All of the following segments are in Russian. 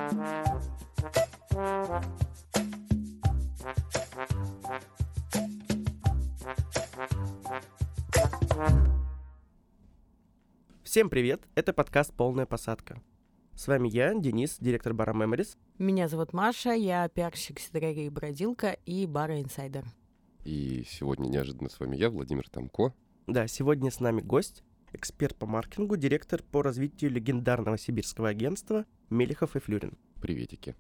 Всем привет, это подкаст «Полная посадка». С вами я, Денис, директор бара Memories. Меня зовут Маша, я пиарщик сидорерии «Бродилка» и бара «Инсайдер». И сегодня неожиданно с вами я, Владимир Тамко. Да, сегодня с нами гость, эксперт по маркетингу, директор по развитию легендарного сибирского агентства Мелехов и Флюрин. Приветики.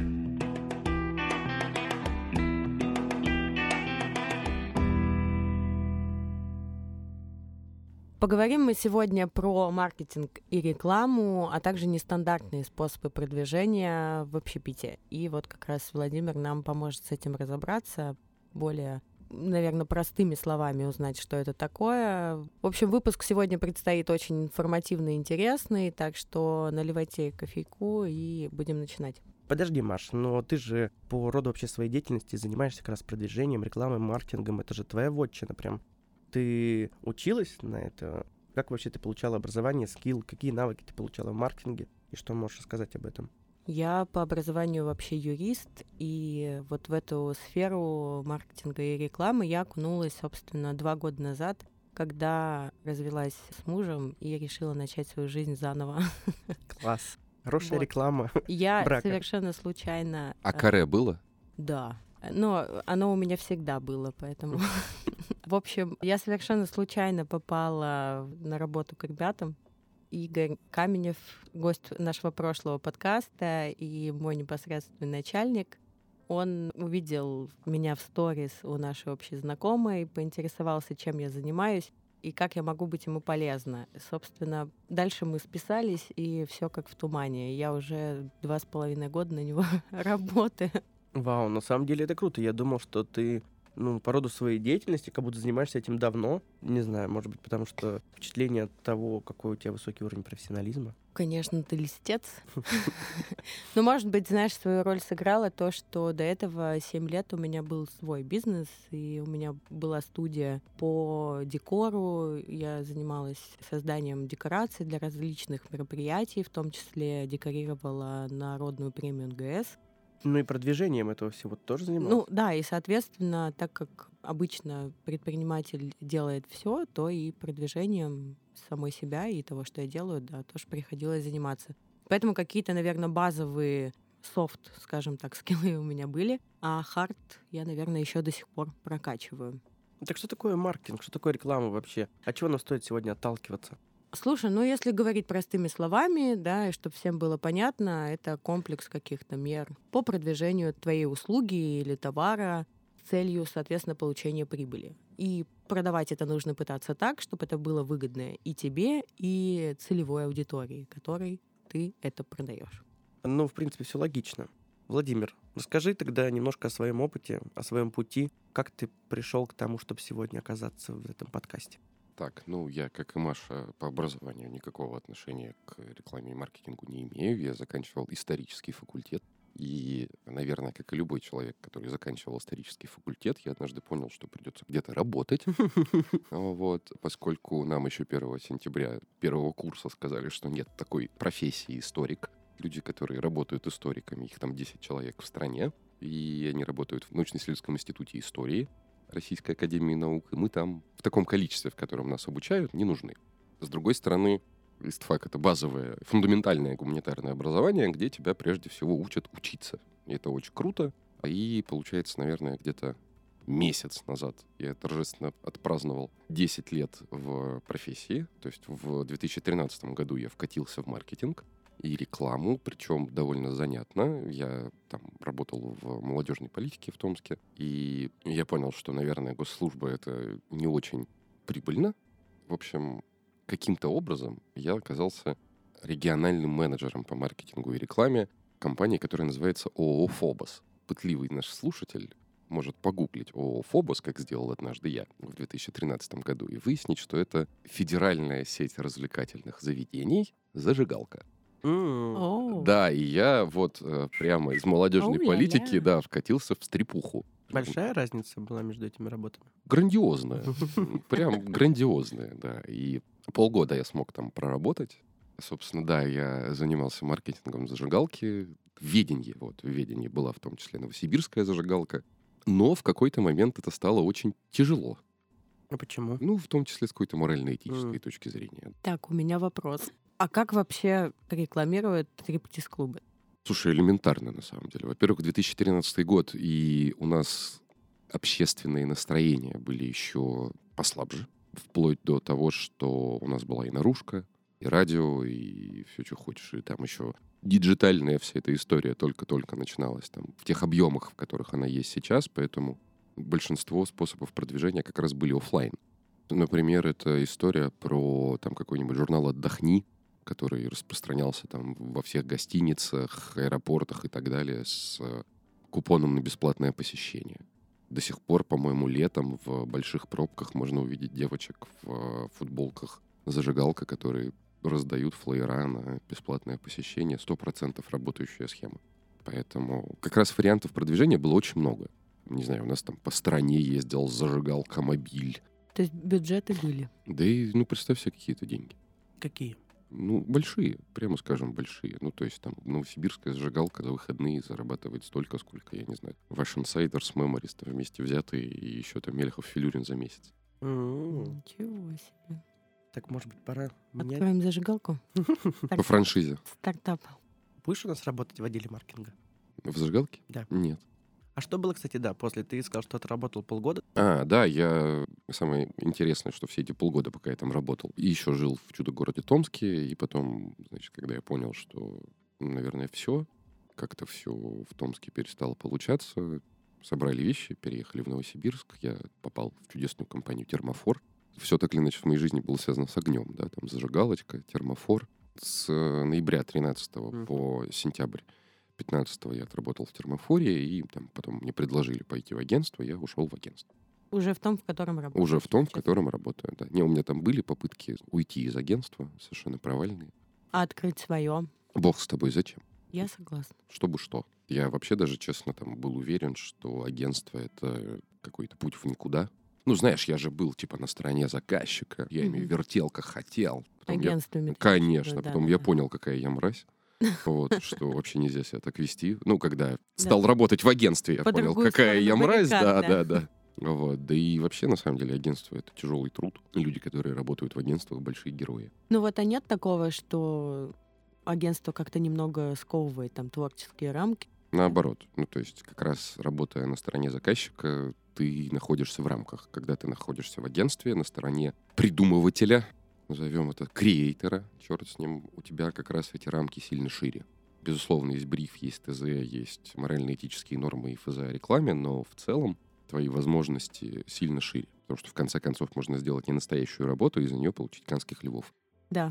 Поговорим мы сегодня про маркетинг и рекламу, а также нестандартные способы продвижения в общепите. И вот как раз Владимир нам поможет с этим разобраться, более, наверное, простыми словами узнать, что это такое. В общем, выпуск сегодня предстоит очень информативный и интересный, так что наливайте кофейку и будем начинать. Подожди, Маш, но ты же по роду вообще своей деятельности занимаешься как раз продвижением, рекламой, маркетингом. Это же твоя вотчина прям. Ты училась на это? Как вообще ты получала образование, скилл? Какие навыки ты получала в маркетинге? И что можешь сказать об этом? Я по образованию вообще юрист, и вот в эту сферу маркетинга и рекламы я окунулась, собственно, 2 года назад, когда развелась с мужем и решила начать свою жизнь заново. Класс. Хорошая Вот. реклама Я брака. совершенно случайно... А каре было? Да. Но оно у меня всегда было, поэтому... В общем, я совершенно случайно попала на работу к ребятам. Игорь Каменев, гость нашего прошлого подкаста и мой непосредственный начальник, он увидел меня в сторис у нашей общей знакомой, поинтересовался, чем я занимаюсь и как я могу быть ему полезна. Собственно, дальше мы списались, и все как в тумане. Я уже 2,5 года на него работаю. Вау, на самом деле это круто. Я думал, что ты, по роду своей деятельности, как будто занимаешься этим давно. Не знаю, может быть, потому что впечатление от того, какой у тебя высокий уровень профессионализма. Конечно, ты льстец. Но, может быть, знаешь, свою роль сыграло то, что до этого 7 лет у меня был свой бизнес, и у меня была студия по декору. Я занималась созданием декораций для различных мероприятий, в том числе декорировала народную премию НГС. Ну и продвижением этого всего тоже занималась? Да, и, соответственно, так как обычно предприниматель делает все, то и продвижением самой себя и того, что я делаю, да, тоже приходилось заниматься. Поэтому какие-то, наверное, базовые софт, скажем так, скиллы у меня были, а хард я, наверное, еще до сих пор прокачиваю. Так что такое маркетинг, что такое реклама вообще? От чего нам стоит сегодня отталкиваться? Слушай, если говорить простыми словами, да, и чтобы всем было понятно, это комплекс каких-то мер по продвижению твоей услуги или товара с целью, соответственно, получения прибыли. И продавать это нужно пытаться так, чтобы это было выгодно и тебе, и целевой аудитории, которой ты это продаешь. В принципе, все логично. Владимир, расскажи тогда немножко о своем опыте, о своем пути. Как ты пришел к тому, чтобы сегодня оказаться в этом подкасте? Так, я, как и Маша, по образованию никакого отношения к рекламе и маркетингу не имею. Я заканчивал исторический факультет. И, наверное, как и любой человек, который заканчивал исторический факультет, я однажды понял, что придется где-то работать. Поскольку нам еще 1 сентября первого курса сказали, что нет такой профессии историк. Люди, которые работают историками, их там 10 человек в стране. И они работают в научно-исследовательском институте истории Российской академии наук, и мы там в таком количестве, в котором нас обучают, не нужны. С другой стороны, ИСТФАК — это базовое, фундаментальное гуманитарное образование, где тебя прежде всего учат учиться. И это очень круто. И получается, наверное, где-то месяц назад я торжественно отпраздновал 10 лет в профессии. То есть в 2013 году я вкатился в маркетинг и рекламу, причем довольно занятно. Я там работал в молодежной политике в Томске, и я понял, что, наверное, госслужба — это не очень прибыльно. В общем, каким-то образом я оказался региональным менеджером по маркетингу и рекламе компании, которая называется ООО «Фобос». Пытливый наш слушатель может погуглить ООО «Фобос», как сделал однажды я в 2013 году, и выяснить, что это федеральная сеть развлекательных заведений «Зажигалка». Да, и я прямо из молодежной политики, вкатился в стрипуху. Большая разница была между этими работами? Грандиозная. Прям грандиозная, да. И полгода я смог там проработать. Собственно, да, я занимался маркетингом зажигалки. в Веденье была в том числе новосибирская зажигалка. Но в какой-то момент это стало очень тяжело. А почему? Ну, в том числе с какой-то морально-этической точки зрения. Так, у меня вопрос. А как вообще рекламируют стриптиз-клубы? Слушай, элементарно на самом деле. Во-первых, 2013 год, и у нас общественные настроения были еще послабже. Вплоть до того, что у нас была и наружка, и радио, и все, что хочешь. И там еще диджитальная вся эта история только-только начиналась там, в тех объемах, в которых она есть сейчас. Поэтому большинство способов продвижения как раз были офлайн. Например, это история про там, какой-нибудь журнал «Отдохни», который распространялся там во всех гостиницах, аэропортах и так далее с купоном на бесплатное посещение. До сих пор, по-моему, летом в больших пробках можно увидеть девочек в футболках зажигалка, которые раздают флеера на бесплатное посещение. 100% работающая схема. Поэтому как раз вариантов продвижения было очень много. Не знаю, у нас там по стране ездил зажигалка «Мобиль». То есть бюджеты были? Да и, представь себе какие-то деньги. Какие? Большие, прямо скажем, большие. То есть там новосибирская зажигалка за выходные зарабатывает столько, сколько, я не знаю, ваш инсайдер с Memories вместе взятые и еще там Мельхов-Филюрин за месяц. Ничего себе. Так, может быть, пора менять? Откроем зажигалку? По франшизе. Стартап. Будешь у нас работать в отделе маркетинга? В зажигалке? Да. Нет. А что было, кстати, после? Ты сказал, что ты работал полгода. Да, самое интересное, что все эти полгода, пока я там работал, и еще жил в чудо-городе Томске, и потом, когда я понял, что, наверное, как-то все в Томске перестало получаться, собрали вещи, переехали в Новосибирск, я попал в чудесную компанию «Термофор». Все так или иначе в моей жизни было связано с огнем, да, там зажигалочка, термофор. С ноября 13 по сентябрь 15-го я отработал в термофоре, и там потом мне предложили пойти в агентство, я ушел в агентство. Уже в том, в котором работаю? Уже в том, в котором работаю, да. У меня там были попытки уйти из агентства, совершенно провальные. А открыть свое? Бог с тобой, зачем? Я согласна. Чтобы что. Я вообще даже, честно, там был уверен, что агентство — это какой-то путь в никуда. Знаешь, я же был, на стороне заказчика, я ими вертел, как хотел. Агентствами. Конечно, потом я понял, какая я мразь. Что вообще нельзя себя так вести. Когда стал работать в агентстве, я понял, какая я мразь. Да. Да и вообще, на самом деле, агентство — это тяжелый труд. Люди, которые работают в агентствах, большие герои. А нет такого, что агентство как-то немного сковывает там творческие рамки? Наоборот. То есть как раз работая на стороне заказчика, ты находишься в рамках. Когда ты находишься в агентстве на стороне придумывателя, назовем это креатора, черт с ним, у тебя как раз эти рамки сильно шире. Безусловно, есть бриф, есть ТЗ, есть морально-этические нормы и ФЗ о рекламе, но в целом твои возможности сильно шире. Потому что в конце концов можно сделать не настоящую работу и за нее получить канских львов. Да.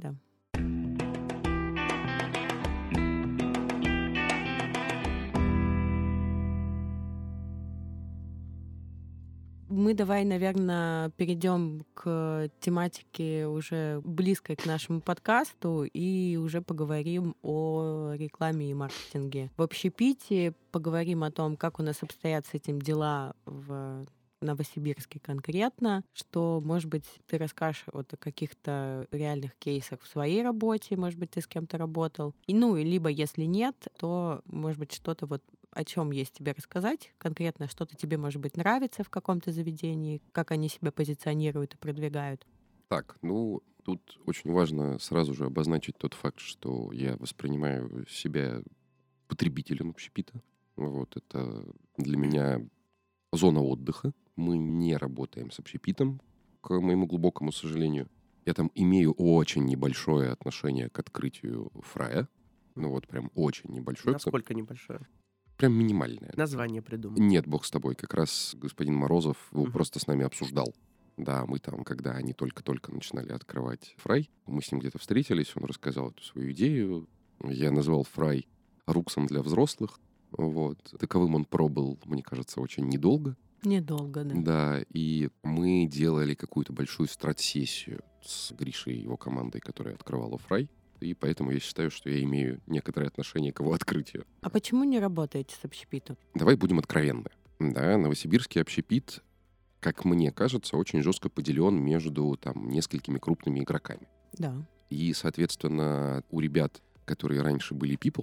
Мы давай, наверное, перейдем к тематике уже близкой к нашему подкасту и уже поговорим о рекламе и маркетинге. В общепите поговорим о том, как у нас обстоят с этим дела в Новосибирске конкретно, что, может быть, ты расскажешь о каких-то реальных кейсах в своей работе, может быть, ты с кем-то работал. Либо, если нет, то, может быть, что-то о чем есть тебе рассказать, конкретно что-то тебе, может быть, нравится в каком-то заведении, как они себя позиционируют и продвигают. Так, тут очень важно сразу же обозначить тот факт, что я воспринимаю себя потребителем общепита. Это для меня зона отдыха. Мы не работаем с общепитом, к моему глубокому сожалению. Я там имею очень небольшое отношение к открытию Фрая. Прям очень небольшое. Насколько небольшое? Прям минимальное. Название придумал. Нет, бог с тобой. Как раз господин Морозов просто с нами обсуждал. Да, мы там, когда они только-только начинали открывать Фрай, мы с ним где-то встретились, он рассказал эту свою идею. Я назвал Фрай руксом для взрослых. Таковым он пробыл, мне кажется, очень недолго. Недолго, да. Да, и мы делали какую-то большую страт-сессию с Гришей и его командой, которая открывала Фрай. И поэтому я считаю, что я имею некоторое отношение к его открытию. А почему не работаете с общепитом? Давай будем откровенны. Да, новосибирский общепит, как мне кажется, очень жестко поделен между несколькими крупными игроками. Да. И, соответственно, у ребят, которые раньше были Peoples,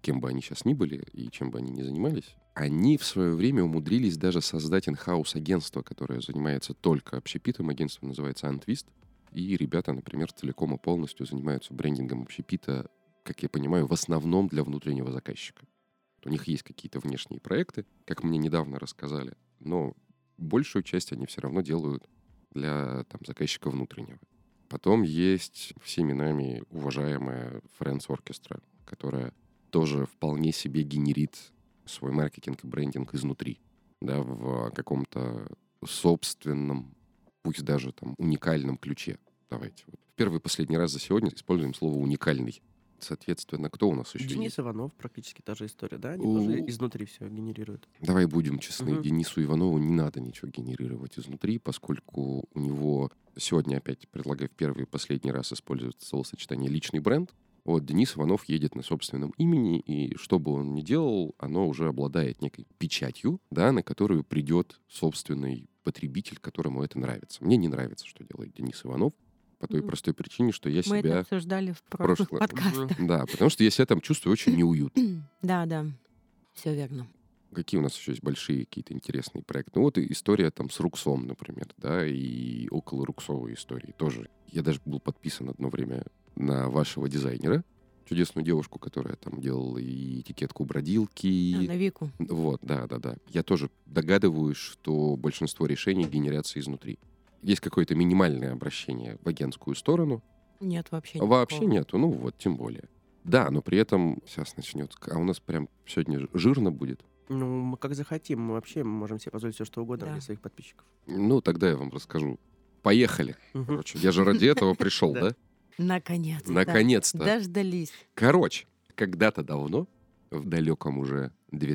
кем бы они сейчас ни были и чем бы они ни занимались, они в свое время умудрились даже создать in-house агентство, которое занимается только общепитом. Агентство называется Antwist. И ребята, например, целиком и полностью занимаются брендингом общепита, как я понимаю, в основном для внутреннего заказчика. У них есть какие-то внешние проекты, как мне недавно рассказали, но большую часть они все равно делают для заказчика внутреннего. Потом есть всеми нами уважаемая Friends Orchestra, которая тоже вполне себе генерит свой маркетинг и брендинг изнутри, да, в каком-то собственном, пусть даже уникальном ключе. Давайте. В первый и последний раз за сегодня используем слово «уникальный». Соответственно, кто у нас еще Денис есть? Иванов, практически та же история, да? Они тоже изнутри все генерируют. Давай будем честны, Денису Иванову не надо ничего генерировать изнутри, поскольку у него сегодня опять предлагаю в первый и последний раз использовать словосочетание «личный бренд». Вот Денис Иванов едет на собственном имени, и что бы он ни делал, оно уже обладает некой печатью, да, на которую придет собственный потребитель, которому это нравится. Мне не нравится, что делает Денис Иванов, по той простой причине, что я Мы это себя... обсуждали в прошлых подкастах. Да, потому что я себя там чувствую очень неуютно. Да, все верно. Какие у нас еще есть большие какие-то интересные проекты? Ну вот и история с Руксом, например, да, и около Руксовой истории тоже. Я даже был подписан одно время на вашего дизайнера, чудесную девушку, которая делала и этикетку бродилки. На Вику. Вот, да. Я тоже догадываюсь, что большинство решений генерятся изнутри. Есть какое-то минимальное обращение в агентскую сторону. Нет, вообще никакого. Вообще нету, ну вот, тем более. Да, но при этом сейчас начнется. А у нас прям сегодня жирно будет. Ну, мы как захотим. Мы вообще можем себе позволить все, что угодно для своих подписчиков. Ну, тогда я вам расскажу. Поехали. Короче, я же ради этого пришел, да? Наконец-то. Наконец-то. Дождались. Короче, когда-то давно, в далеком уже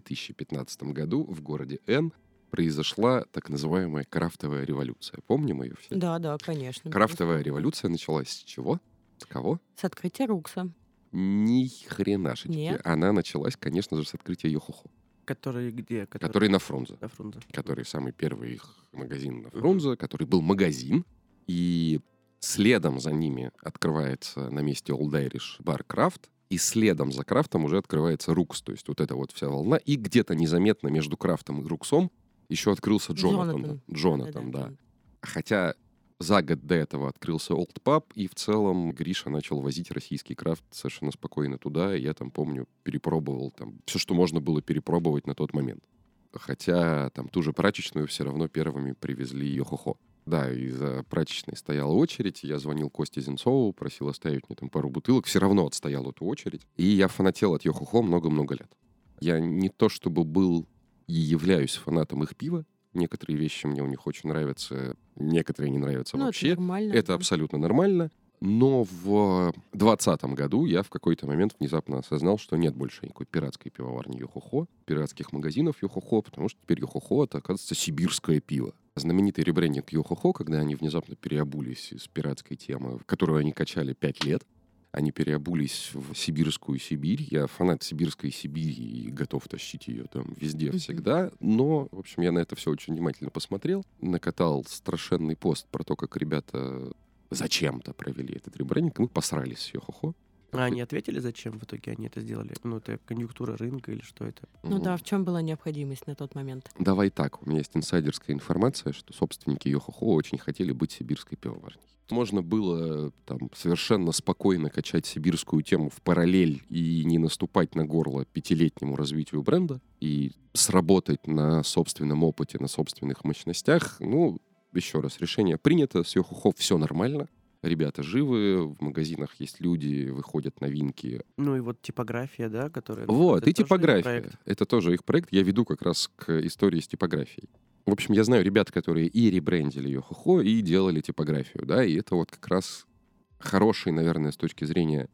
2015 году, в городе Н произошла так называемая крафтовая революция. Помним ее все? Да, конечно. Крафтовая революция началась с чего? С кого? С открытия Рукса. Ни хренашечки. Нет. Она началась, конечно же, с открытия Йохохо. Который где? Который на Фрунзе. На Фрунзе. Который самый первый их магазин на Фрунзе, который был магазин. И следом за ними открывается на месте Old Irish бар Крафт. И следом за Крафтом уже открывается Рукс. То есть вот эта вот вся волна. И где-то незаметно между Крафтом и Руксом еще открылся Джонатан, да. Хотя за год до этого открылся Old Pub, и в целом Гриша начал возить российский крафт совершенно спокойно туда. И я помню, перепробовал все, что можно было перепробовать на тот момент. Хотя ту же прачечную все равно первыми привезли Йохохо. Да, и за прачечной стояла очередь. Я звонил Косте Зенцову, просил оставить мне пару бутылок. Все равно отстоял эту очередь. И я фанател от Йохохо много-много лет. Я не то чтобы был и являюсь фанатом их пива. Некоторые вещи мне у них очень нравятся, некоторые не нравятся вообще. Это нормально. Это абсолютно нормально. Но в 2020 году я в какой-то момент внезапно осознал, что нет больше никакой пиратской пивоварни Йохохо, пиратских магазинов Йохохо, потому что теперь Йохохо — это, оказывается, сибирское пиво. Знаменитый ребрендинг Йохохо, когда они внезапно переобулись из пиратской темы, которую они качали 5 лет, они переобулись в сибирскую Сибирь. Я фанат сибирской Сибири и готов тащить ее везде всегда. Но, в общем, я на это все очень внимательно посмотрел. Накатал страшенный пост про то, как ребята зачем-то провели этот ребрендинг. Мы посрались с Йохохо. А они ответили, зачем в итоге они это сделали? Ну, это конъюнктура рынка или что это? Ну да, в чем была необходимость на тот момент? Давай так, у меня есть инсайдерская информация, что собственники Йохохо очень хотели быть сибирской пивоварней. Можно было совершенно спокойно качать сибирскую тему в параллель и не наступать на горло 5-летнему развитию бренда и сработать на собственном опыте, на собственных мощностях. Ну, еще раз, решение принято, с Йохохо все нормально. Ребята живы, в магазинах есть люди, выходят новинки. Ну и вот типография, да, которая... Вот, и типография. Это тоже их проект. Я веду как раз к истории с типографией. В общем, я знаю ребят, которые и ребрендили Йохохо, и делали типографию, да, и это вот как раз хороший, наверное, с точки зрения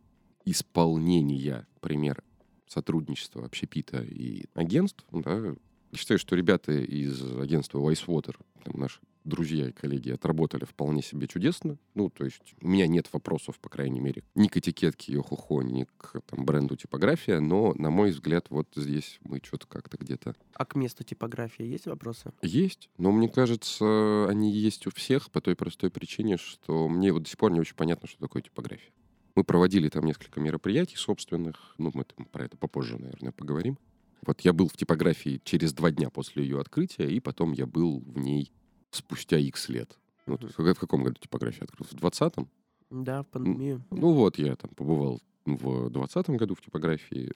исполнения пример сотрудничества общепита и агентств, да. Я считаю, что ребята из агентства Wisewater, наши друзья и коллеги, отработали вполне себе чудесно. Ну, то есть у меня нет вопросов, по крайней мере, ни к этикетке Йохохо, ни к бренду типография, но, на мой взгляд, вот здесь мы что-то как-то где-то... А к месту типографии есть вопросы? Есть, но мне кажется, они есть у всех по той простой причине, что мне вот до сих пор не очень понятно, что такое типография. Мы проводили там несколько мероприятий собственных. Ну, мы там про это попозже, наверное, поговорим. Вот я был в типографии через 2 дня после ее открытия, и потом я был в ней спустя X лет. Ну, то есть в каком году типография открылась? В 20-м? Да, в пандемию. Ну вот, я там побывал в 20-м году в типографии,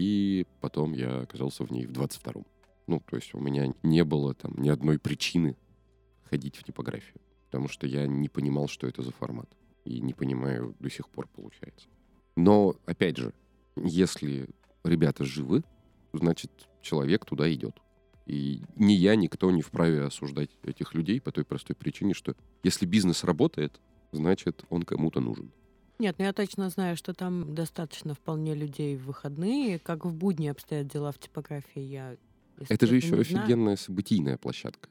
и потом я оказался в ней в 22-м. Ну, то есть у меня не было там ни одной причины ходить в типографию, потому что я не понимал, что это за формат. И не понимаю до сих пор, получается. Но, опять же, если ребята живы, значит, человек туда идет. И ни я, никто не вправе осуждать этих людей по той простой причине, что если бизнес работает, значит, он кому-то нужен. Нет, ну я точно знаю, что там достаточно вполне людей в выходные. Как в будни обстоят дела в типографии, я, если Это же честно, еще не знаю. офигенная событийная площадка.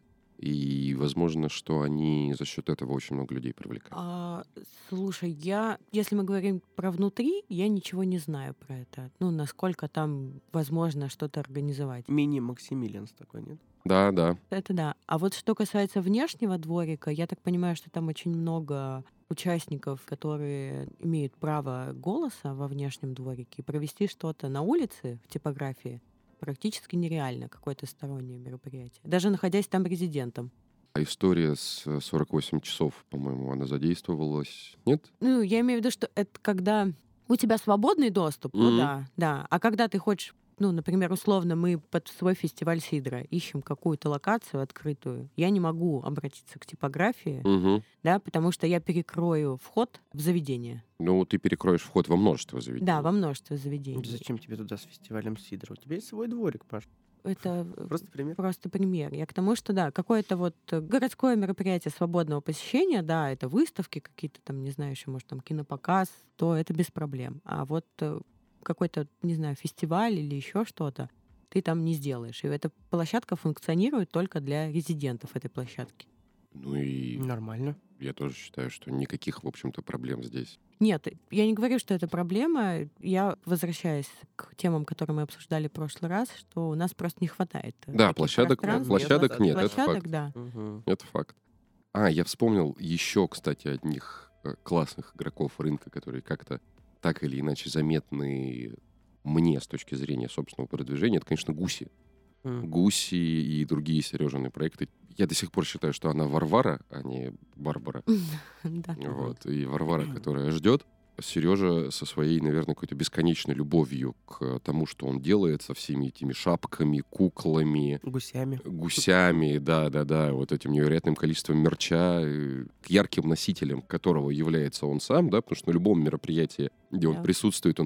И возможно, что они за счет этого очень много людей привлекают. Слушай, если мы говорим про внутри, я ничего не знаю про это. Ну, насколько там возможно что-то организовать. Мини-Максимилианс такой, нет? Да, да. Это да. А вот что касается внешнего дворика, я так понимаю, что там очень много участников, которые имеют право голоса во внешнем дворике, и провести что-то на улице в типографии практически нереально, какое-то стороннее мероприятие. Даже находясь там резидентом. А история с 48 часов, по-моему, она задействовалась, нет? Ну, я имею в виду, что это когда у тебя свободный доступ, ну Мгм. да, да. А когда ты хочешь, ну, например, условно, мы под свой фестиваль сидра ищем какую-то локацию открытую, я не могу обратиться к типографии, Мгм. да, потому что я перекрою вход в заведение. Ну, ты перекроешь вход во множество заведений. Да, во множество заведений. Зачем тебе туда с фестивалем сидра? У тебя есть свой дворик, Паш. Это Просто пример. просто пример. Я к тому, что да, какое-то вот городское мероприятие свободного посещения, да, это выставки какие-то там, не знаю, еще, может, там кинопоказ, то это без проблем. А вот какой-то, не знаю, фестиваль или еще что-то ты там не сделаешь. И эта площадка функционирует только для резидентов этой площадки. Ну и Нормально. я тоже считаю, что никаких, в общем-то, проблем здесь. Нет, я не говорю, что это проблема. Я возвращаюсь к темам, которые мы обсуждали в прошлый раз, что у нас просто не хватает. Да, таких площадок пространств. нет, это Площадок, факт. да. Мгм. Это факт. Я вспомнил еще, кстати, одних классных игроков рынка, которые как-то так или иначе заметны мне с точки зрения собственного продвижения. Это, конечно, Гуси. М. Гуси и другие Сережины проекты. Я до сих пор считаю, что она Варвара, а не Барбара. Да. Вот. И Варвара, которая ждет. Сережа со своей, наверное, какой-то бесконечной любовью к тому, что он делает, со всеми этими шапками, куклами, Гусями. гусями, да, вот этим невероятным количеством мерча, к ярким носителем которого является он сам, да, потому что на любом мероприятии, где он Да. присутствует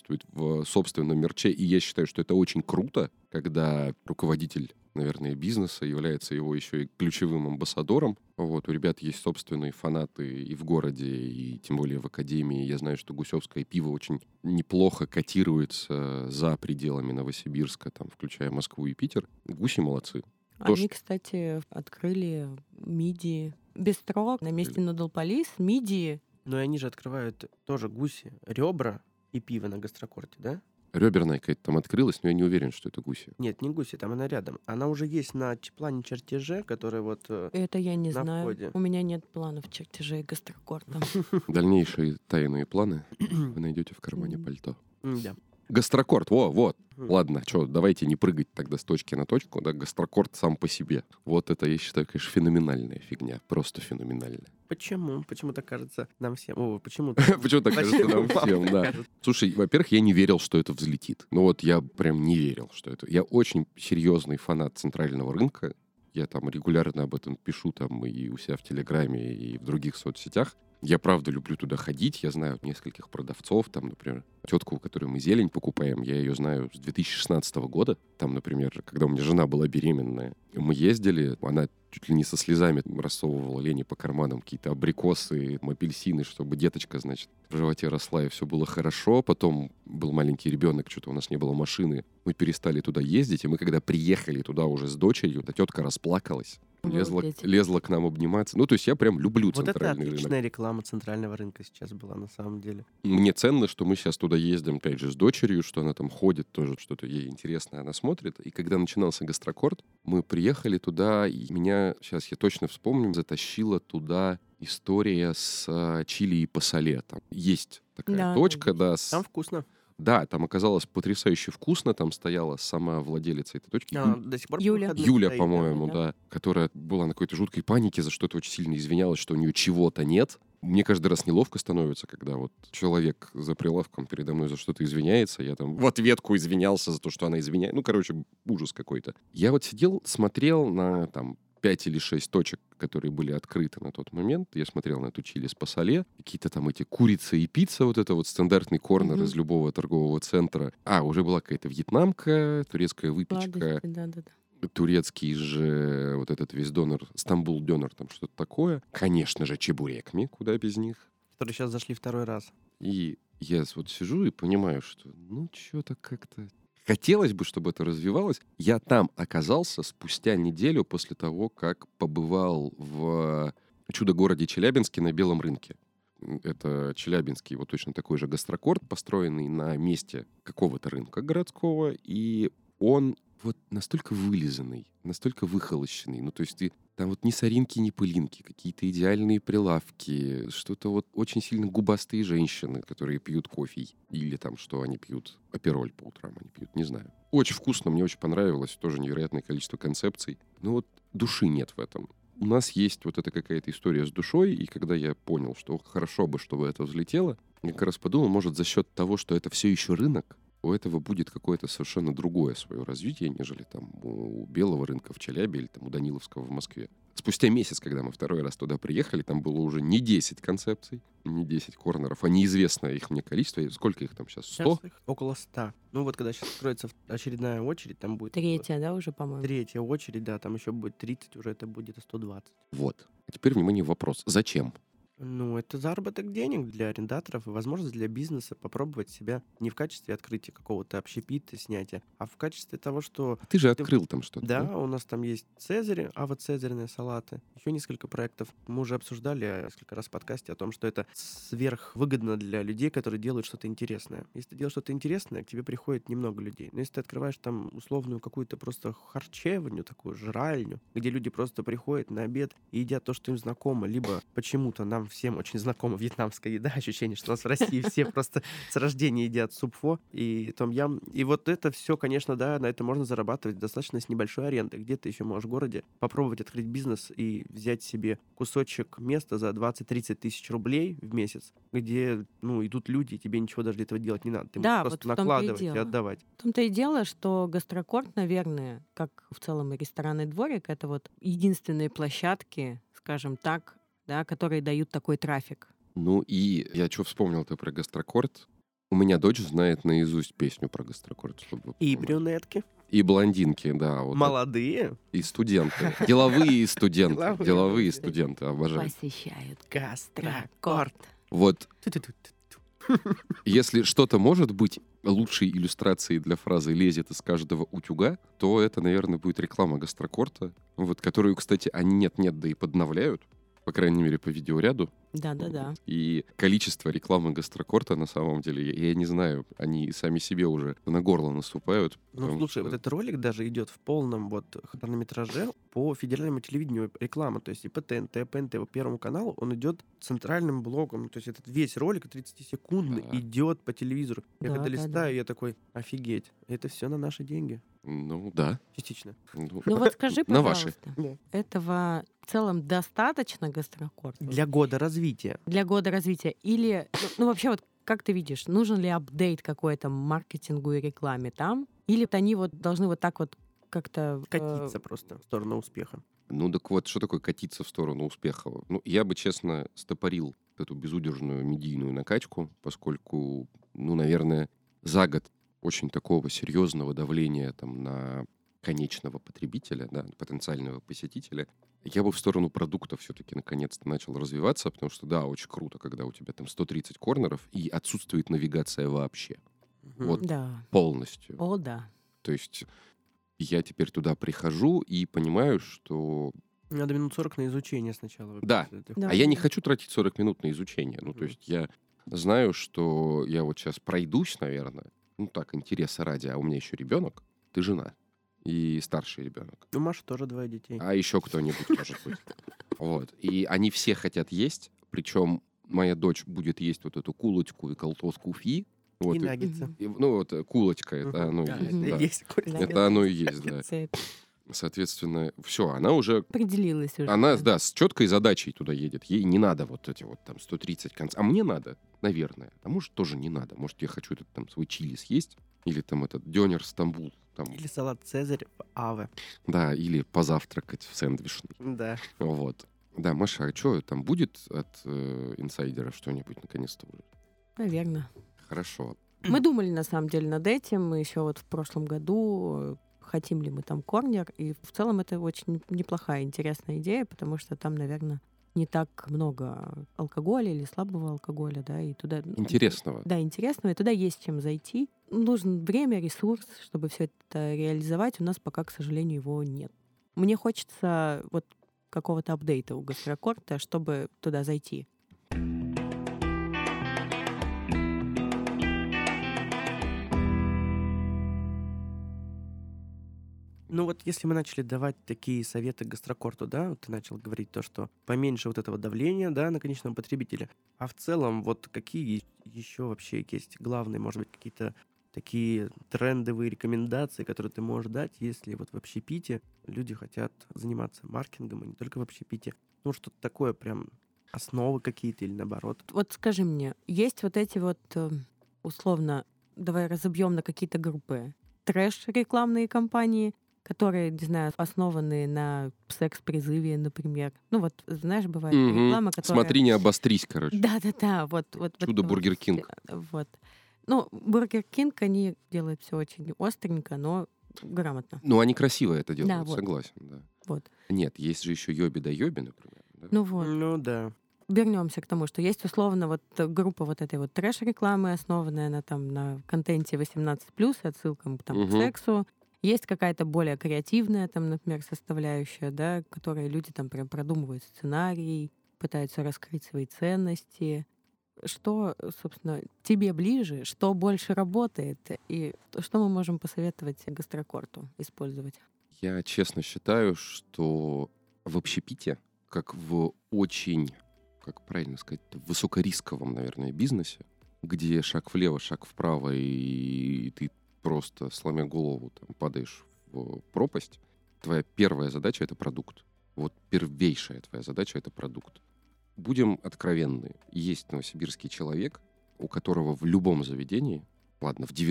в собственном мерче, и я считаю, что это очень круто, когда руководитель, наверное, бизнеса является его еще и ключевым амбассадором. Вот, у ребят есть собственные фанаты и в городе, и тем более в академии. Я знаю, что гусевское пиво очень неплохо котируется за пределами Новосибирска, там, включая Москву и Питер. Гуси молодцы. Они, кстати, открыли мидии бистро на месте Noodle Police. Мидии. Но и они же открывают тоже гуси, ребра и пиво на гастрокорте, да? Реберная какая-то там открылась, но я не уверен, что это гуси. Нет, не гуси, там она рядом. Она уже есть на плане чертеже, который вот... Это я не На знаю. входе. У меня нет планов чертежей гастрокорта. Дальнейшие тайные планы вы найдете в кармане пальто. Да. Гастрокорт, вот. Мгм. Ладно, что, давайте не прыгать тогда с точки на точку, да, гастрокорт сам по себе. Вот это, я считаю, конечно, феноменальная фигня, просто феноменальная. Почему? Почему так кажется нам всем? Почему? Почему так кажется нам всем, да. Слушай, во-первых, я не верил, что это взлетит. Ну вот я прям не верил, что это... Я очень серьезный фанат центрального рынка. Я там регулярно об этом пишу там и у себя в Телеграме, и в других соцсетях. Я правда люблю туда ходить. Я знаю нескольких продавцов. Там, например, тетку, у которой мы зелень покупаем, я ее знаю с 2016 года. Там, например, когда у меня жена была беременная, мы ездили, она чуть ли не со слезами рассовывала Лене по карманам какие-то абрикосы, апельсины, чтобы деточка, значит, в животе росла, и все было хорошо. Потом был маленький ребенок, что-то у нас не было машины. Мы перестали туда ездить, и мы, когда приехали туда уже с дочерью, эта тетка расплакалась. Обалдеть. Лезла к нам обниматься. Ну, то есть я прям люблю Вот это центральный рынок. отличная реклама центрального рынка сейчас была на самом деле. Мне ценно, что мы сейчас туда ездим, опять же, с дочерью, что она там ходит, тоже что-то ей интересное она смотрит. И когда начинался гастрокорт, мы приехали туда, и меня, сейчас я точно вспомню, затащила туда история с чили и посоле. Там есть такая Да, точка, да. да. Там вкусно. Да, там оказалось потрясающе вкусно. Там стояла сама владелица этой точки. До сих пор Юля. выходных Юля, стоит, по-моему, да. да, которая была на какой-то жуткой панике, за что-то очень сильно извинялась, что у нее чего-то нет. Мне каждый раз неловко становится, когда вот человек за прилавком передо мной за что-то извиняется, я там в ответку извинялся за то, что она извиняет. Ну, короче, ужас какой-то. Я вот сидел, смотрел на там 5 или 6 точек, которые были открыты на тот момент. Я смотрел на эту чили с посоле. Какие-то там эти курица и пицца, вот это вот стандартный корнер Мгм. из любого торгового центра. Уже была какая-то вьетнамка, турецкая выпечка. Сладости, да. Турецкий же вот этот весь донор, Стамбул донор, там что-то такое. Конечно же, чебурекми, куда без них. Которые сейчас зашли второй раз. И я вот сижу и понимаю, что что-то как-то... Хотелось бы, чтобы это развивалось. Я там оказался спустя неделю после того, как побывал в чудо-городе Челябинске на Белом рынке. Это Челябинский, вот точно такой же гастрокорт, построенный на месте какого-то рынка городского, и он вот настолько вылизанный, настолько выхолощенный. Ну, то есть там вот ни соринки, ни пылинки, какие-то идеальные прилавки, что-то вот очень сильно губастые женщины, которые пьют кофе, или там, что они пьют, апероль по утрам они пьют, не знаю. Очень вкусно, мне очень понравилось, тоже невероятное количество концепций. Но вот души нет в этом. У нас есть вот эта какая-то история с душой, и когда я понял, что хорошо бы, чтобы это взлетело, я как раз подумал, может, за счет того, что это все еще рынок, у этого будет какое-то совершенно другое свое развитие, нежели там у Белого рынка в Челябе или там у Даниловского в Москве. Спустя месяц, когда мы второй раз туда приехали, там было уже не 10 концепций, не 10 корнеров, а неизвестное их мне количество. Сколько их там сейчас? 100? Сейчас их около 100. Ну вот когда сейчас откроется очередная очередь, там будет... Третья, да, уже, по-моему? Третья очередь, да, там еще будет 30, уже это будет 120. Вот. А теперь, внимание, вопрос. Зачем? Ну, это заработок денег для арендаторов и возможность для бизнеса попробовать себя не в качестве открытия какого-то общепита, снятия, а в качестве того, что... Ты же открыл там что-то. Да, у нас там есть цезари, ава-цезарные салаты, еще несколько проектов. Мы уже обсуждали несколько раз в подкасте о том, что это сверхвыгодно для людей, которые делают что-то интересное. Если ты делаешь что-то интересное, к тебе приходит немного людей. Но если ты открываешь там условную какую-то просто харчевню, такую жральню, где люди просто приходят на обед и едят то, что им знакомо, либо почему-то нам всем очень знакома вьетнамская еда, ощущение, что у нас в России все просто с рождения едят суп-фо и том-ям. И вот это все, конечно, да, на это можно зарабатывать достаточно с небольшой аренды. Где ты еще можешь в городе попробовать открыть бизнес и взять себе кусочек места за 20-30 тысяч рублей в месяц, где, идут люди, и тебе ничего даже для этого делать не надо. Ты Да, можешь вот просто в том-то и накладывать и дело. отдавать. В том-то и дело, что гастрокорт, наверное, как в целом и ресторанный дворик, это вот единственные площадки, скажем так, да, которые дают такой трафик. Ну и я что вспомнил-то про гастрокорт? У меня дочь знает наизусть песню про гастрокорт. Чтобы вы И понимали. брюнетки. И блондинки, да. Вот Молодые. и студенты. Деловые студенты. Деловые Деловые студенты. студенты, обожаю. Посещают Гастрокорт. Вот Ту-ту-ту-ту. если что-то может быть лучшей иллюстрацией для фразы «лезет из каждого утюга», то это, наверное, будет реклама гастрокорта, вот, которую, кстати, они нет-нет, да и подновляют, по крайней мере, по видеоряду. Да-да-да. И количество рекламы гастрокорта, на самом деле, я не знаю, они сами себе уже на горло наступают. Ну, потому слушай, что- вот этот ролик даже идет в полном хронометраже по федеральному телевидению реклама, то есть и по ТНТ, ПНТ, по Первому каналу, он идет центральным блоком, то есть этот весь ролик 30-секундный Да. идет по телевизору. Я Да, когда да, листаю, да. я такой, офигеть, это все на наши деньги, Ну, да. частично. Ну, Ну вот скажи, На ваши. пожалуйста, Да. этого в целом достаточно гастрокорту Для года развития. для года развития? Или, вообще вот как ты видишь, нужен ли апдейт какой-то маркетингу и рекламе там? Или вот они вот должны вот так вот как-то... Катиться просто в сторону успеха. Ну, так вот, что такое катиться в сторону успеха? Ну, я бы, честно, стопорил эту безудержную медийную накачку, поскольку, наверное, за год очень такого серьезного давления там на конечного потребителя, да, потенциального посетителя, я бы в сторону продукта все-таки наконец-то начал развиваться, потому что, да, очень круто, когда у тебя там 130 корнеров и отсутствует навигация вообще, Мгм. Вот. Да. полностью. О, да. То есть я теперь туда прихожу и понимаю, что... Надо минут 40 на изучение сначала. Да. Да. А я не хочу тратить 40 минут на изучение. Ну, то Мгм. есть я знаю, что я вот сейчас пройдусь, наверное, так, интереса ради, а у меня еще ребенок, ты жена и старший ребенок. У Маши тоже 2 детей. А еще кто-нибудь может быть. Вот. И они все хотят есть, причем моя дочь будет есть вот эту кулочку и колтоску фи. Вот, И наггетсы. ну вот кулочка, это оно и Да, есть. это Да. и есть курица. Это оно и есть, да. Соответственно, все, она уже... Определилась уже. Она, да, с четкой задачей туда едет. Ей не надо вот эти вот там 130 концов. А мне надо, наверное. А может, тоже не надо. Может, я хочу этот там свой чили съесть. Или там этот дёнер Стамбул. Там, Или салат Цезарь в Аве. да, или позавтракать в сэндвичной. Да. Вот. Да, Маша, а что, там будет от инсайдера что-нибудь наконец-то уже? Наверное. Хорошо. Мы думали, на самом деле, над этим. Мы еще вот в прошлом году, хотим ли мы там корнер. И в целом это очень неплохая, интересная идея, потому что там, наверное, не так много алкоголя или слабого алкоголя, да, и туда... Интересного. Да, интересного, и туда есть чем зайти. Нужно время, ресурс, чтобы все это реализовать. У нас пока, к сожалению, его нет. Мне хочется вот какого-то апдейта у Гастрокорта, чтобы туда зайти. Ну вот если мы начали давать такие советы Гастрокорту, да, вот ты начал говорить то, что поменьше вот этого давления, да, на конечного потребителя. А в целом вот какие еще вообще есть главные, может быть, какие-то такие трендовые рекомендации, которые ты можешь дать, если вот в общепите люди хотят заниматься маркетингом, и не только в общепите. Ну что-то такое прям основы какие-то или наоборот. Вот скажи мне, есть вот эти вот, условно, давай разобьем на какие-то группы. Трэш-рекламные кампании, которые, не знаю, основаны на секс-призыве, например. Ну вот, знаешь, бывает реклама, которая... Смотри, не обострись, короче. Да-да-да, вот. Чудо Бургер Кинг. Вот. Ну, Бургер Кинг, они делают все очень остренько, но грамотно. Ну, они красиво это делают, Да, вот. согласен, да. Вот. Нет, есть же еще Йоби да Йоби, например. Да? Ну вот. Ну да. Вернемся к тому, что есть условно вот группа вот этой вот трэш-рекламы, основанная на контенте 18+, отсылкам там, к сексу. Есть какая-то более креативная, там, например, составляющая, да, в которой люди там прям продумывают сценарий, пытаются раскрыть свои ценности. Что, собственно, тебе ближе, что больше работает, и что мы можем посоветовать Гастрокорту использовать? Я честно считаю, что в общепите, как в очень, как правильно сказать, высокорисковом, наверное, бизнесе, где шаг влево, шаг вправо, и ты просто, сломя голову, там, падаешь в пропасть, твоя первая задача — это продукт. Вот первейшая твоя задача — это продукт. Будем откровенны. Есть новосибирский человек, у которого в любом заведении, ладно, в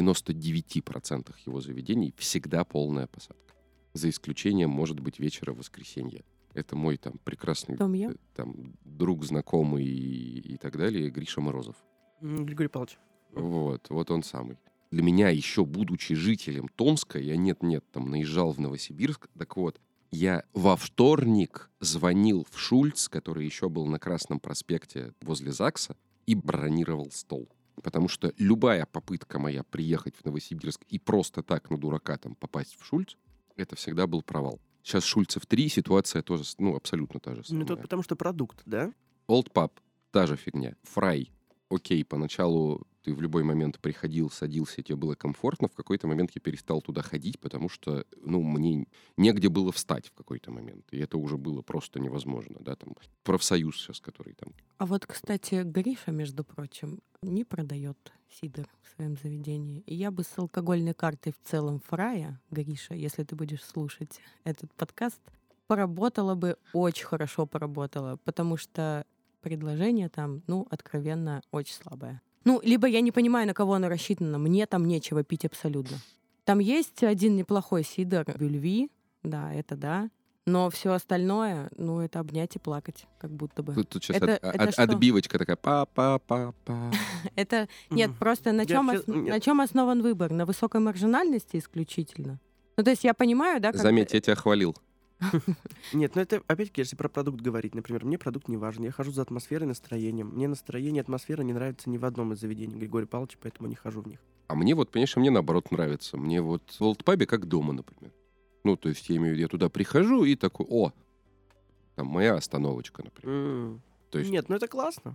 99% его заведений всегда полная посадка. За исключением, может быть, вечера воскресенья. Это мой там прекрасный там, друг, знакомый и так далее, Гриша Морозов. Григорий Павлович. Вот он самый. Для меня еще, будучи жителем Томска, я нет-нет, там наезжал в Новосибирск, так вот, я во вторник звонил в Шульц, который еще был на Красном проспекте возле ЗАГСа, и бронировал стол. Потому что любая попытка моя приехать в Новосибирск и просто так на дурака там попасть в Шульц, это всегда был провал. Сейчас Шульцев 3, ситуация тоже, абсолютно та же самая. Ну, это потому что продукт, да? Old Pub, та же фигня. Фрай. Окей, поначалу ты в любой момент приходил, садился, тебе было комфортно. В какой-то момент я перестал туда ходить, потому что, мне негде было встать в какой-то момент. И это уже было просто невозможно, да, там, профсоюз сейчас, который там... А вот, кстати, Гриша, между прочим, не продает сидр в своем заведении. И я бы с алкогольной картой в целом Фрая, Гриша, если ты будешь слушать этот подкаст, очень хорошо поработала, потому что предложение там, откровенно, очень слабое. Либо я не понимаю, на кого оно рассчитано. Мне там нечего пить абсолютно. Там есть один неплохой сидр Бюльви, да, это да. Но все остальное, это обнять и плакать, как будто бы. Тут сейчас отбивочка такая па-па-па-па. Это нет, просто на чем основан выбор? На высокой маржинальности исключительно. То есть я понимаю, да, как... Заметь, я тебя хвалил. Нет, это опять-таки, если про продукт говорить, например, мне продукт не важен, я хожу за атмосферой и настроением. Мне настроение и атмосфера не нравится ни в одном из заведений Григория Павловича, поэтому не хожу в них. А мне понимаешь, мне наоборот нравится. Мне в олдпабе как дома, например. То есть я имею в виду, я туда прихожу и такой, там моя остановочка, например. То есть, нет, это классно.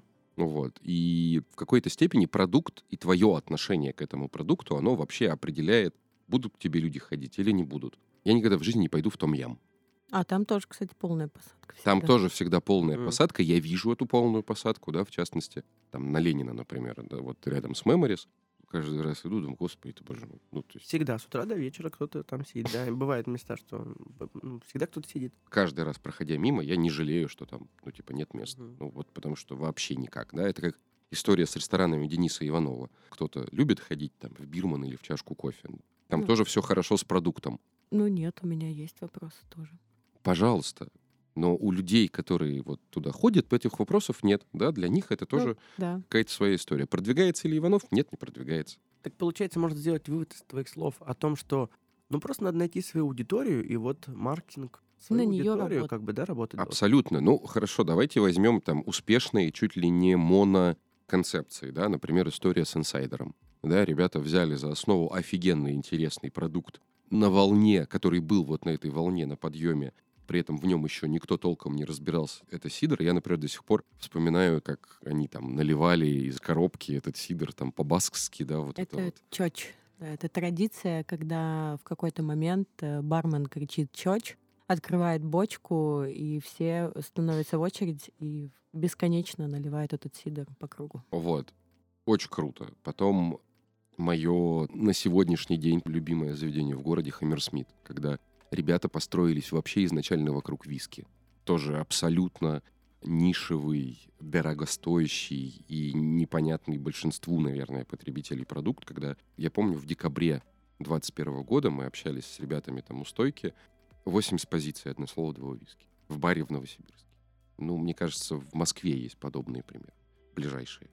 И в какой-то степени продукт и твое отношение к этому продукту, оно вообще определяет, будут к тебе люди ходить или не будут. Я никогда в жизни не пойду в том-ям. А там тоже, кстати, полная посадка Там всегда. тоже всегда полная Мгм. посадка. Я вижу эту полную посадку, да, в частности, там на Ленина, например, да, вот рядом с Меморис. Каждый раз иду, думаю, господи ты, боже мой. Ну, то есть Всегда с утра до вечера кто-то там сидит, да. И бывают места, что всегда кто-то сидит. каждый раз, проходя мимо, я не жалею, что там, ну, типа, нет мест. Мгм. Ну, вот потому что вообще никак, да. Это как история с ресторанами Дениса Иванова. Кто-то любит ходить там в Бирман или в чашку кофе. Там Ну. тоже все хорошо с продуктом. Ну нет, у меня есть вопросы тоже. Пожалуйста. Но у людей, которые вот туда ходят, этих вопросов нет, да. Для них это тоже Ну, да. какая-то своя история. Продвигается ли Иванов? Нет, не продвигается. Так получается, можно сделать вывод из твоих слов о том, что просто надо найти свою аудиторию, и вот маркетинг свою На неё аудиторию работать. как бы, да, работать должен. Абсолютно. Ну, хорошо, давайте возьмем там успешные, чуть ли не моноконцепции, да, например, история с инсайдером. Да, ребята взяли за основу офигенный, интересный продукт на волне, который был вот на этой волне, на подъеме, при этом в нем еще никто толком не разбирался. Это сидр. Я, например, до сих пор вспоминаю, как они там наливали из коробки этот сидр там по-баскски, да, вот это Это вот. чёч. Да, это традиция, когда в какой-то момент бармен кричит «чёч», открывает бочку, и все становятся в очередь и бесконечно наливают этот сидр по кругу. Вот. Очень круто. Потом мое на сегодняшний день любимое заведение в городе Хаммерсмит, когда ребята построились вообще изначально вокруг виски. Тоже абсолютно нишевый, дорогостоящий и непонятный большинству, наверное, потребителей продукт, когда, я помню, в декабре 2021 года мы общались с ребятами там у стойки, 80 позиций, одно слово, 2 виски. В баре в Новосибирске. Ну, мне кажется, в Москве есть подобные примеры, ближайшие.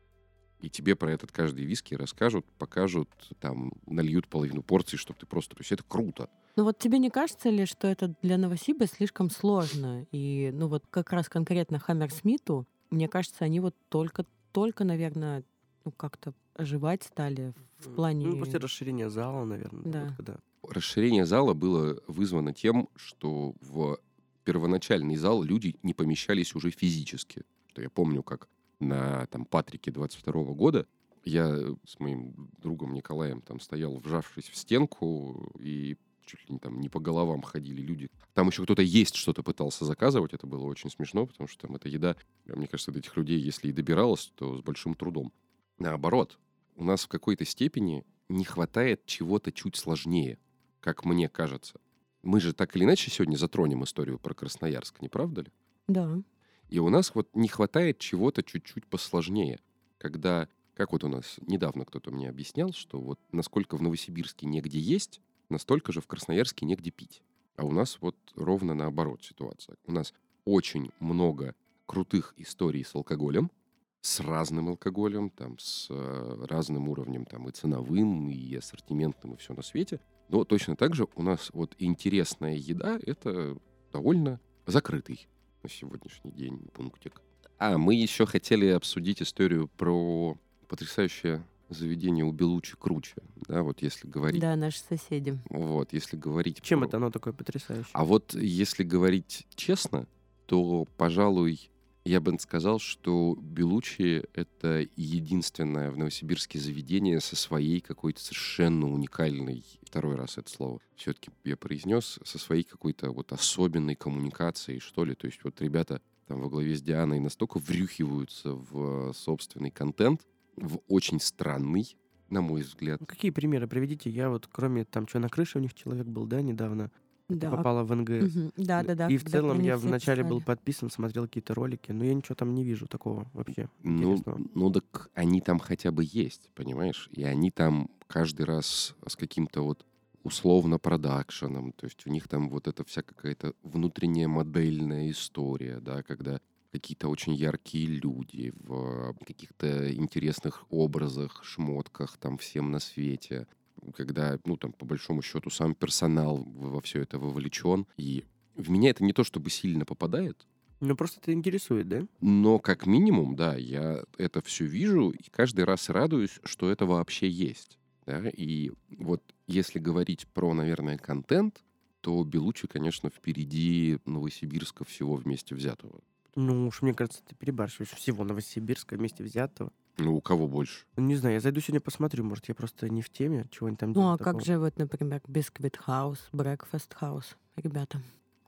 И тебе про этот каждый виски расскажут, покажут, там, нальют половину порции, чтобы ты просто... То есть это круто. Ну вот тебе не кажется ли, что это для Новосиба слишком сложно? И, ну вот как раз конкретно Хаммерсмиту, мне кажется, они вот только, наверное, ну как-то оживать стали в плане... Ну, после расширения зала, наверное. Да. Вот когда. Расширение зала было вызвано тем, что в первоначальный зал люди не помещались уже физически. Что я помню, как на там, Патрике 22 года я с моим другом Николаем там стоял, вжавшись в стенку, и чуть ли не по головам ходили люди. Там еще кто-то есть что-то пытался заказывать. Это было очень смешно, потому что там эта еда, мне кажется, до этих людей, если и добиралась, то с большим трудом. Наоборот, у нас в какой-то степени не хватает чего-то чуть сложнее, как мне кажется. Мы же так или иначе сегодня затронем историю про Красноярск, не правда ли? Да. И у нас вот не хватает чего-то чуть-чуть посложнее. Когда, как вот у нас недавно кто-то мне объяснял, что вот насколько в Новосибирске негде есть, настолько же в Красноярске негде пить. А у нас вот ровно наоборот ситуация. У нас очень много крутых историй с алкоголем, с разным алкоголем, там, с разным уровнем там, и ценовым, и ассортиментным, и все на свете. Но точно так же у нас вот интересная еда — это довольно закрытый на сегодняшний день пунктик. А мы еще хотели обсудить историю про потрясающее заведение у Белучи Круче. Да, вот если говорить... Да, наши соседи. Вот, если говорить... Чем про- это оно такое потрясающее? А вот если говорить честно, то, пожалуй, я бы сказал, что Белучи — это единственное в Новосибирске заведение со своей какой-то совершенно уникальной, второй раз это слово все-таки я произнес, со своей какой-то вот особенной коммуникацией, что ли. То есть вот ребята там во главе с Дианой настолько врюхиваются в собственный контент, в очень странный, на мой взгляд. Ну, какие примеры приведите? Я вот, кроме там, что на крыше у них человек был, да, недавно, Да. попала в НГС. Мгм. Да. И в когда про целом них я все вначале был писали. подписан, смотрел какие-то ролики, но я ничего там не вижу такого вообще Ну, интересного. так они там хотя бы есть, понимаешь? И они там каждый раз с каким-то вот условно продакшеном, то есть у них там вот эта вся какая-то внутренняя модельная история, да, когда какие-то очень яркие люди в каких-то интересных образах, шмотках, там всем на свете, когда, ну, там, по большому счету, сам персонал во все это вовлечен. И в меня это не то чтобы сильно попадает, Ну, просто это интересует, да? но как минимум, да, я это все вижу и каждый раз радуюсь, что это вообще есть. Да? И вот если говорить про, наверное, контент, то Белучи, конечно, впереди Новосибирска всего вместе взятого. Ну уж, мне кажется, ты перебарщиваешь всего Новосибирска вместе взятого. Ну, у кого больше? Ну, не знаю, я зайду сегодня посмотрю, может, я просто не в теме, чего они там Ну, делают а как такого. же вот, например, Biscuit House, Breakfast House, ребята?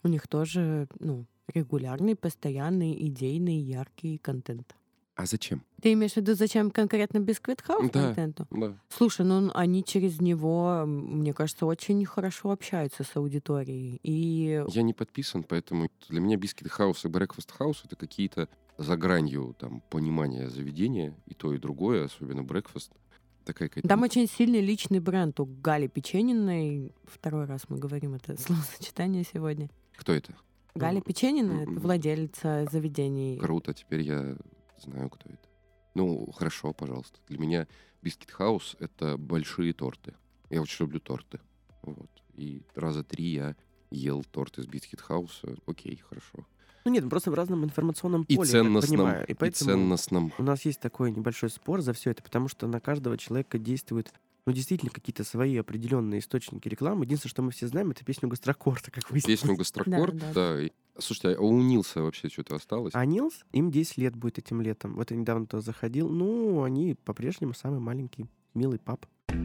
У них тоже, регулярный, постоянный, идейный, яркий контент. А зачем? Ты имеешь в виду, зачем конкретно Biscuit House Да, контенту? да. Слушай, они через него, мне кажется, очень хорошо общаются с аудиторией. И Я не подписан, поэтому для меня Biscuit House и Breakfast House — это какие-то за гранью там понимания заведения, и то, и другое, особенно Breakfast. Такая какая-то... там очень сильный личный бренд у Гали Печениной. Второй раз мы говорим это словосочетание сегодня. Кто это? Галя Печенина — это владелица заведений. Круто, теперь я знаю, кто это. Ну, хорошо, пожалуйста. Для меня Biscuit House — это большие торты. Я очень люблю торты. Вот. И раза 3 я ел торт из Biscuit House. Окей, хорошо. Ну нет, просто в разном информационном И поле, я так ценностном, понимаю. и поэтому ценностном. у нас есть такой небольшой спор за все это, потому что на каждого человека действуют, действительно какие-то свои определенные источники рекламы. Единственное, что мы все знаем, это песню Гастрокорта, как выяснилось. Песню Гастрокорт, да. Слушайте, а у Нилса вообще что-то осталось? А Нилс, им 10 лет будет этим летом. Вот я недавно туда заходил. Они по-прежнему самый маленький, милый пап.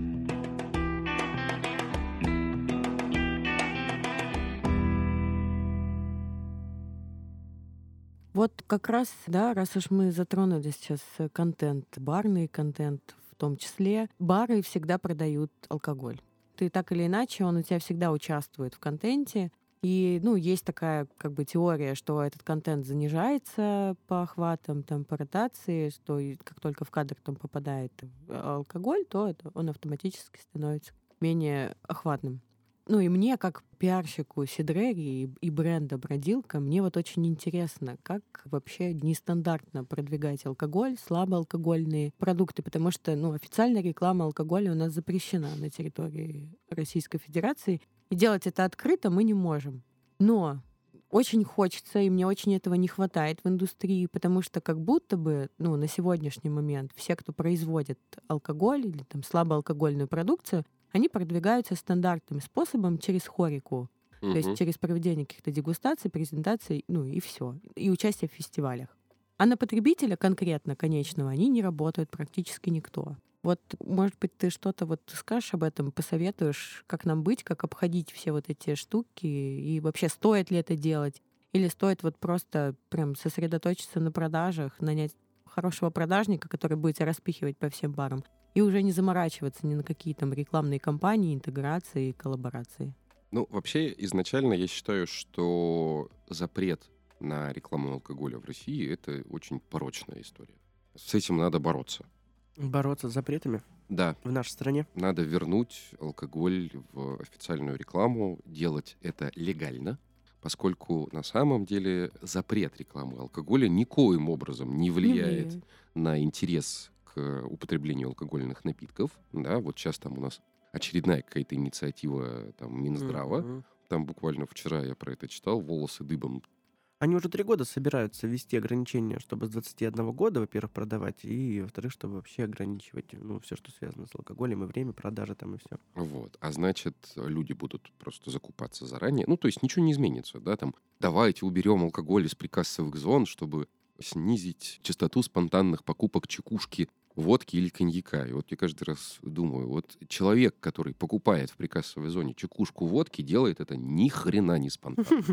Вот как раз, да, раз уж мы затронули сейчас контент, барный контент в том числе, бары всегда продают алкоголь. Ты так или иначе, он у тебя всегда участвует в контенте. И, есть такая теория, что этот контент занижается по охватам, по ротации, что как только в кадр попадает алкоголь, то он автоматически становится менее охватным. И мне, как пиарщику Сидрери и бренда Бродилка, мне вот очень интересно, как вообще нестандартно продвигать алкоголь, слабоалкогольные продукты, потому что, официальная реклама алкоголя у нас запрещена на территории Российской Федерации, и делать это открыто мы не можем. Но очень хочется, и мне очень этого не хватает в индустрии, потому что как будто бы, на сегодняшний момент все, кто производит алкоголь или слабоалкогольную продукцию, они продвигаются стандартным способом через хорику, то есть через проведение каких-то дегустаций, презентаций, и все, и участие в фестивалях. А на потребителя конкретно, конечного, они не работают практически никто. Вот, может быть, ты что-то скажешь об этом, посоветуешь, как нам быть, как обходить все вот эти штуки, и вообще стоит ли это делать, или стоит просто прям сосредоточиться на продажах, нанять хорошего продажника, который будет тебя распихивать по всем барам, и уже не заморачиваться ни на какие рекламные кампании, интеграции, коллаборации. Вообще, изначально я считаю, что запрет на рекламу алкоголя в России — это очень порочная история. С этим надо бороться. Бороться с запретами? Да. В нашей стране? Надо вернуть алкоголь в официальную рекламу, делать это легально, поскольку на самом деле запрет рекламы алкоголя никоим образом не влияет на интерес к употреблению алкогольных напитков. Да, вот сейчас там у нас очередная какая-то инициатива Минздрава. Там буквально вчера я про это читал, волосы дыбом. Они уже 3 года собираются ввести ограничения, чтобы с 21 года, во-первых, продавать, и, во-вторых, чтобы вообще ограничивать, все, что связано с алкоголем, и время продажи и все. Вот. А значит, люди будут просто закупаться заранее. То есть ничего не изменится, да, давайте уберем алкоголь из прикассовых зон, чтобы снизить частоту спонтанных покупок чекушки, водки или коньяка. И вот я каждый раз думаю, человек, который покупает в прикассовой зоне чекушку водки, делает это ни хрена не спонтанно.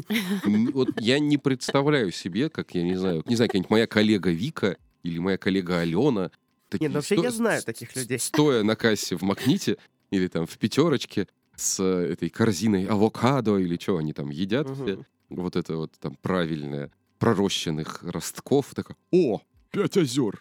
Я не представляю себе, как, я не знаю, какая-нибудь моя коллега Вика или моя коллега Алена. Нет, вообще я знаю таких людей. Стоя на кассе в Магните или в Пятерочке с этой корзиной авокадо или что они там едят все. Вот это правильное, пророщенных ростков. Такая, 5 озер.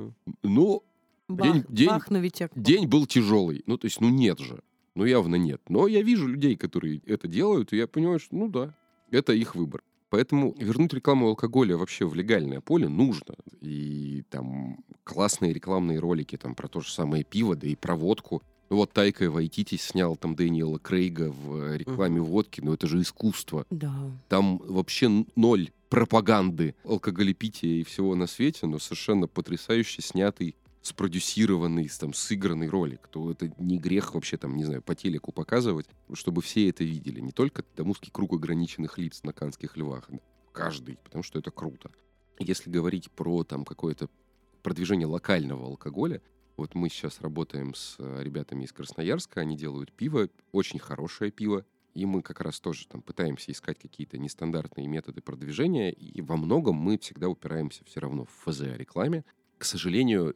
День был тяжелый. Нет же. Явно нет. Но я вижу людей, которые это делают, и я понимаю, что, да, это их выбор. Поэтому вернуть рекламу алкоголя вообще в легальное поле нужно. И классные рекламные ролики про то же самое пиво, да и про водку. Тайка Вайтити снял Дэниела Крейга в рекламе водки, это же искусство. Да. Там вообще 0 пропаганды алкоголепития и всего на свете, но совершенно потрясающе снятый, спродюсированный, сыгранный ролик. То это не грех вообще по телеку показывать, чтобы все это видели. Не только узкий круг ограниченных лиц на Каннских львах. Каждый, потому что это круто. Если говорить про какое-то продвижение локального алкоголя, мы сейчас работаем с ребятами из Красноярска, они делают пиво, очень хорошее пиво, И мы как раз тоже там пытаемся искать какие-то нестандартные методы продвижения, и во многом мы всегда упираемся все равно в ФЗ о рекламе. К сожалению,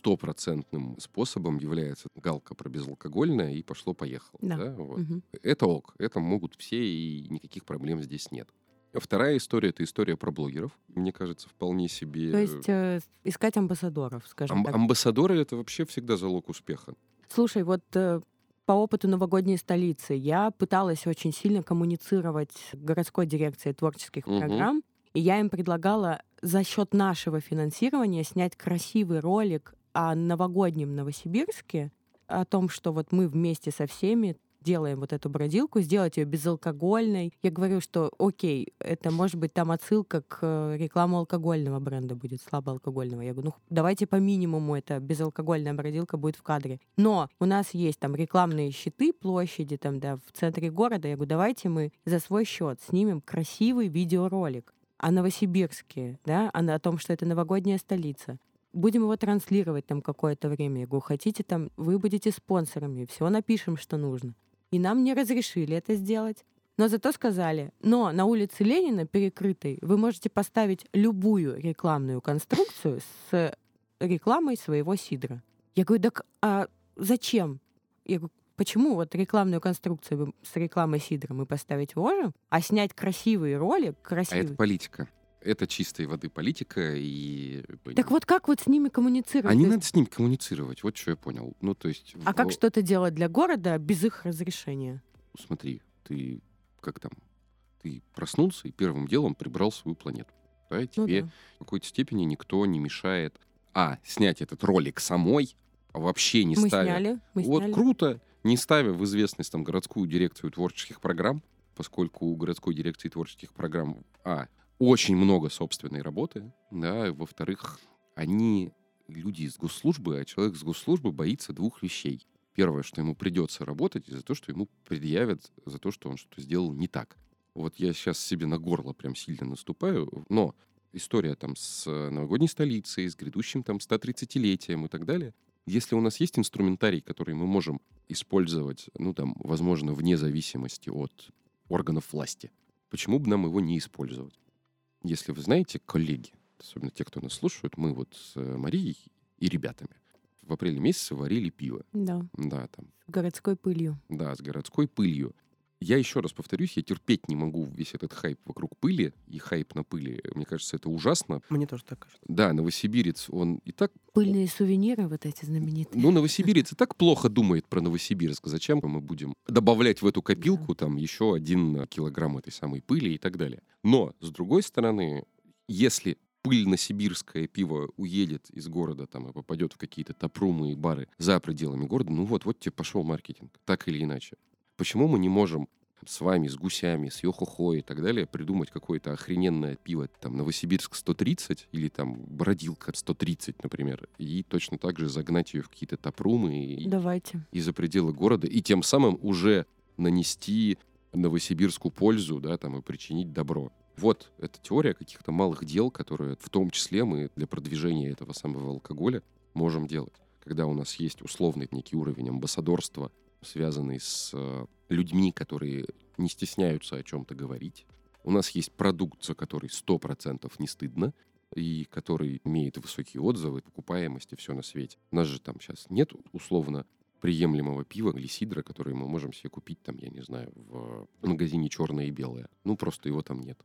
100% способом является галка про безалкогольное, и пошло-поехало. Да. Да? Вот. Мгм. Это ок, это могут все, и никаких проблем здесь нет. Вторая история — это история про блогеров. Мне кажется, вполне себе... То есть искать амбассадоров, скажем так. Амбассадоры — это вообще всегда залог успеха. Слушай, вот по опыту новогодней столицы я пыталась очень сильно коммуницировать с городской дирекцией творческих Мгм. программ, и я им предлагала за счет нашего финансирования снять красивый ролик о новогоднем Новосибирске, о том, что вот мы вместе со всеми делаем вот эту бродилку, сделать ее безалкогольной. Я говорю, что окей, это может быть там отсылка к рекламу алкогольного бренда будет, слабоалкогольного. Я говорю, давайте по минимуму эта безалкогольная бродилка будет в кадре. Но у нас есть там рекламные щиты, площади там, да, в центре города. Я говорю, давайте мы за свой счет снимем красивый видеоролик о Новосибирске, да, о том, что это новогодняя столица. Будем его транслировать там какое-то время. Я говорю, хотите там, вы будете спонсорами, все напишем, что нужно. И нам не разрешили это сделать. Но зато сказали, но на улице Ленина, перекрытой, вы можете поставить любую рекламную конструкцию с рекламой своего сидра. Я говорю, так а зачем? Я говорю, почему вот рекламную конструкцию с рекламой сидра мы поставить можем, а снять красивый ролик, А красивый... это политика. Это чистой воды политика, и... Так вот как вот с ними коммуницировать? А не То есть- надо с ними коммуницировать, вот что я понял. Ну, то есть... А как что-то делать для города без их разрешения? Смотри, ты как там? Ты проснулся и первым делом прибрал свою планету. Да, и тебе да. в какой-то степени никто не мешает снять этот ролик самой, а вообще не Мы ставя... сняли. Вот круто, не ставя в известность там городскую дирекцию творческих программ, поскольку у городской дирекции творческих программ, очень много собственной работы, да, и, во-вторых, они люди из госслужбы, а человек с госслужбы боится двух вещей. Первое, что ему придется работать из-за того, что ему предъявят за то, что он что-то сделал не так. Вот я сейчас себе на горло прям сильно наступаю, но история там с новогодней столицей, с грядущим там 130-летием и так далее. Если у нас есть инструментарий, который мы можем использовать, возможно, вне зависимости от органов власти, почему бы нам его не использовать? Если вы знаете, коллеги, особенно те, кто нас слушают, мы вот с Марией и ребятами в апреле месяце варили пиво. Да, Да, там. с городской пылью. Да, с городской пылью. Я еще раз повторюсь, я терпеть не могу весь этот хайп вокруг пыли и хайп на пыли. Мне кажется, это ужасно. Мне тоже так кажется. Да, новосибирец, он и так... Пыльные сувениры вот эти знаменитые. Новосибирец и так плохо думает про Новосибирск. Зачем мы будем добавлять в эту копилку там еще 1 килограмм этой самой пыли и так далее. Но, с другой стороны, если пыльно-сибирское пиво уедет из города там, и попадет в какие-то тапрумы и бары за пределами города, вот тебе пошел маркетинг, так или иначе. Почему мы не можем с вами, с гусями, с йохохой и так далее придумать какое-то охрененное пиво, там, Новосибирск 130 или там Бродилка 130, например, и точно так же загнать ее в какие-то тапрумы Давайте. и за пределы города, и тем самым уже нанести Новосибирску пользу, да, там, и причинить добро. Вот эта теория каких-то малых дел, которые в том числе мы для продвижения этого самого алкоголя можем делать. Когда у нас есть условный некий уровень амбассадорства, связанный с людьми, которые не стесняются о чем-то говорить. У нас есть продукт, за который 100% не стыдно, и который имеет высокие отзывы, покупаемость и все на свете. У нас же там сейчас нет условно приемлемого пива или сидра, который мы можем себе купить там, я не знаю, в магазине «Черное и белое». Просто его там нет.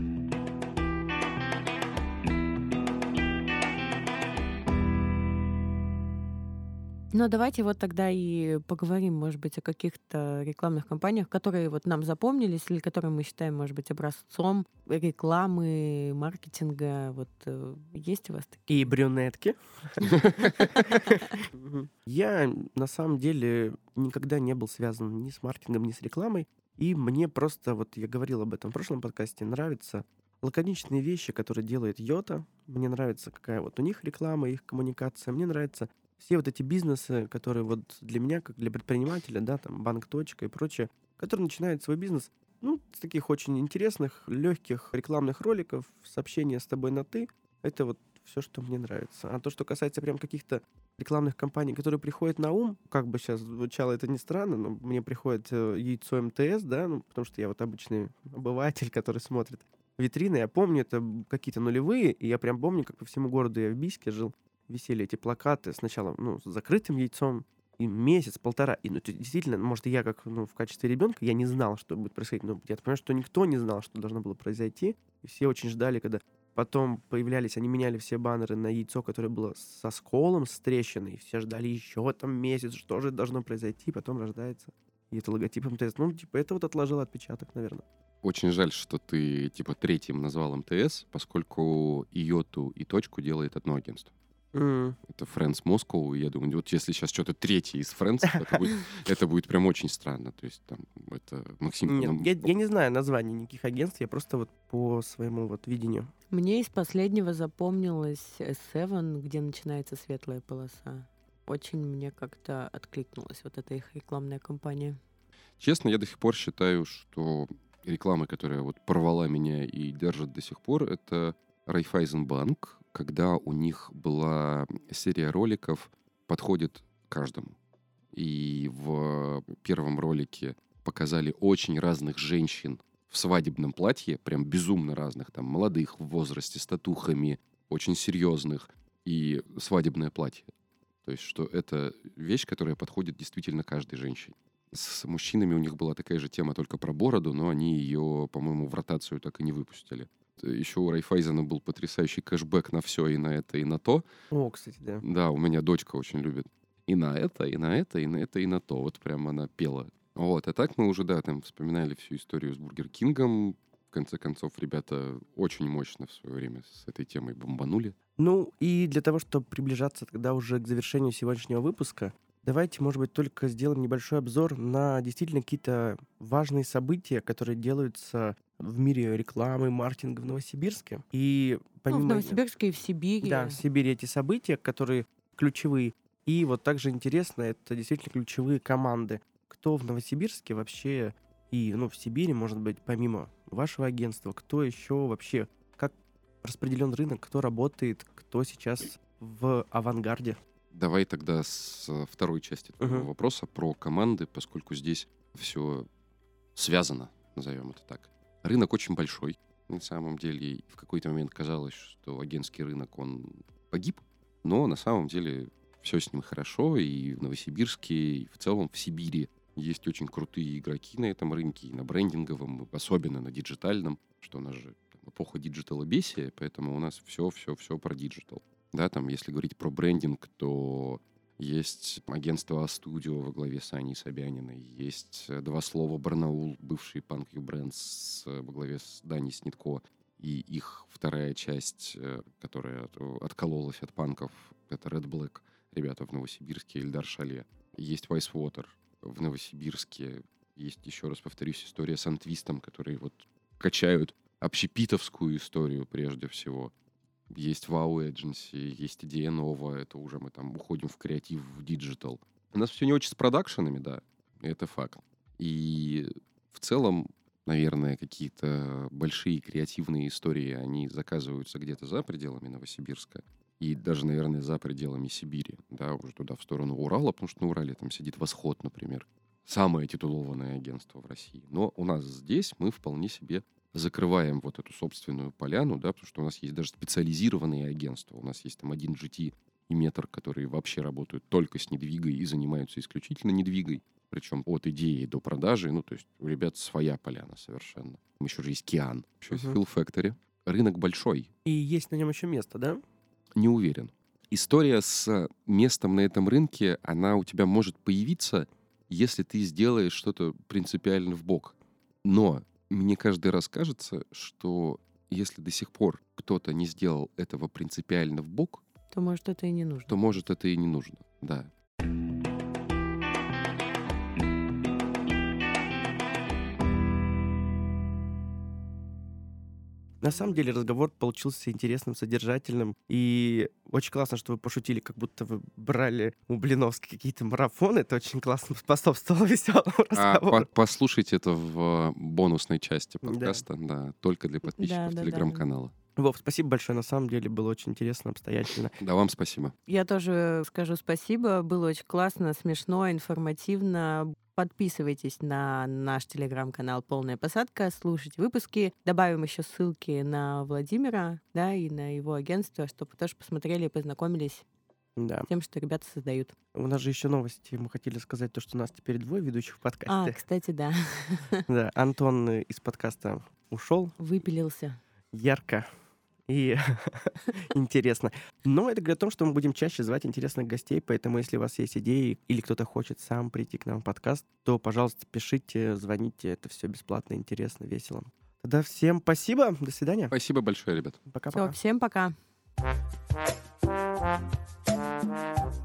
Ну, давайте вот тогда и поговорим, может быть, о каких-то рекламных кампаниях, которые вот нам запомнились или которые мы считаем, может быть, образцом рекламы, маркетинга. Вот есть у вас такие? И брюнетки. Я, на самом деле, никогда не был связан ни с маркетингом, ни с рекламой. И мне просто, вот я говорил об этом в прошлом подкасте, нравятся лаконичные вещи, которые делает Йота. Мне нравится, какая вот у них реклама, их коммуникация. Мне нравятся все вот эти бизнесы, которые вот для меня, как для предпринимателя, да, там, банк. И прочее, которые начинают свой бизнес, с таких очень интересных, легких рекламных роликов, сообщения с тобой на «ты». Это вот все, что мне нравится. А то, что касается прям каких-то рекламных кампаний, которые приходят на ум, как бы сейчас звучало это не странно, но мне приходит яйцо МТС, да, ну, потому что я вот обычный обыватель, который смотрит витрины. Я помню, это какие-то нулевые, и я прям помню, как по всему городу, я в Бийске жил, висели эти плакаты сначала, ну, с закрытым яйцом, и месяц-полтора. И, ну, действительно, может, я как, ну, в качестве ребенка, я не знал, что будет происходить. Но я понимаю, что никто не знал, что должно было произойти. И все очень ждали, когда потом появлялись, они меняли все баннеры на яйцо, которое было со сколом, с трещиной. И все ждали еще там месяц, что же должно произойти. Потом рождается. И это логотип МТС. Ну, типа, это вот отложило отпечаток, наверное. Очень жаль, что ты, типа, третьим назвал МТС, поскольку и йоту, и точку делает одно агентство. Это Friends Moscow, и я думаю, вот если сейчас что-то третье из Friends, это будет прям очень странно. То есть там это Максим... Нет, я не знаю названий никаких агентств, я просто вот по своему вот видению. Мне из последнего запомнилось S7, где начинается светлая полоса. Очень мне как-то откликнулась вот эта их рекламная кампания. Честно, я до сих пор считаю, что реклама, которая вот порвала меня и держит до сих пор, это Райфайзенбанк, когда у них была серия роликов «Подходит каждому». И в первом ролике показали очень разных женщин в свадебном платье, прям безумно разных, там, молодых в возрасте, с татухами, очень серьезных, и свадебное платье. То есть, что это вещь, которая подходит действительно каждой женщине. С мужчинами у них была такая же тема, только про бороду, но они ее, по-моему, в ротацию так и не выпустили. Еще у Райфайзена был потрясающий кэшбэк на все, и на это, и на то. О, кстати, да. Да, у меня дочка очень любит. И на это, и на это, и на это, и на то. Вот прям она пела. Вот, а так мы уже, да, там вспоминали всю историю с Бургер Кингом. В конце концов, ребята очень мощно в свое время с этой темой бомбанули. Ну, и для того, чтобы приближаться тогда уже к завершению сегодняшнего выпуска, давайте, может быть, только сделаем небольшой обзор на действительно какие-то важные события, которые делаются в мире рекламы, маркетинга в Новосибирске. И помимо... в Новосибирске и в Сибири. Да, в Сибири эти события, которые ключевые. И вот также интересно, это действительно ключевые команды. Кто в Новосибирске вообще и, ну, в Сибири, может быть, помимо вашего агентства, кто еще вообще, как распределен рынок, кто работает, кто сейчас в авангарде? Давай тогда с второй части твоего вопроса про команды, поскольку здесь все связано, назовем это так. Рынок очень большой. На самом деле, в какой-то момент казалось, что агентский рынок, он погиб, но на самом деле все с ним хорошо, и в Новосибирске, и в целом в Сибири есть очень крутые игроки на этом рынке, и на брендинговом, особенно на диджитальном, что у нас же эпоха диджиталобесия, поэтому у нас все про диджитал. Да, там, если говорить про брендинг, то есть агентство А-студио во главе с Аней Собяниной, есть «Два слова Барнаул», бывший Punk You Brands во главе с Даней Снитко, и их вторая часть, которая откололась от панков, это Red Black, ребята в Новосибирске, Ильдар Шале. Есть Vice Water в Новосибирске, есть, еще раз повторюсь, история с Антвистом, которые вот качают общепитовскую историю прежде всего. Есть Wow Agency, есть Идея Нова, это уже мы там уходим в креатив, в диджитал. У нас все не очень с продакшенами, да, это факт. И в целом, наверное, какие-то большие креативные истории, они заказываются где-то за пределами Новосибирска и даже, наверное, за пределами Сибири, да, уже туда, в сторону Урала, потому что на Урале там сидит Восход, например. Самое титулованное агентство в России. Но у нас здесь мы вполне себе закрываем вот эту собственную поляну, да, потому что у нас есть даже специализированные агентства. У нас есть там 1GT и Метр, которые вообще работают только с недвигой и занимаются исключительно недвигой. Причем от идеи до продажи. Ну, то есть у ребят своя поляна совершенно. Еще же есть Киан, еще есть Fill Factory. Рынок большой. И есть на нем еще место, да? Не уверен. История с местом на этом рынке, она у тебя может появиться, если ты сделаешь что-то принципиально вбок. Но мне каждый раз кажется, что если до сих пор кто-то не сделал этого принципиально вбок, то, может, это и не нужно. То, может, это и не нужно, да. На самом деле разговор получился интересным, содержательным. И очень классно, что вы пошутили, как будто вы брали у Блиновской какие-то марафоны. Это очень классно способствовало веселому разговору. Послушайте это в бонусной части подкаста, да, только для подписчиков телеграм-канала. Вов, спасибо большое, на самом деле было очень интересно, обстоятельно. Да, вам спасибо. Я тоже скажу спасибо. Было очень классно, смешно, информативно. Подписывайтесь на наш телеграм-канал «Полная посадка», слушайте выпуски. Добавим еще ссылки на Владимира, да, и на его агентство, чтобы тоже посмотрели и познакомились Да. с тем, что ребята создают. У нас же еще новости. Мы хотели сказать то, что у нас теперь 2 ведущих в подкасте. Кстати, да, Да, Антон из подкаста ушел выпилился. ярко и интересно. Но это говорит о том, что мы будем чаще звать интересных гостей, поэтому если у вас есть идеи или кто-то хочет сам прийти к нам в подкаст, то, пожалуйста, пишите, звоните. Это все бесплатно, интересно, весело. Тогда всем спасибо, до свидания. Спасибо большое, ребят. Пока-пока. Все, всем пока.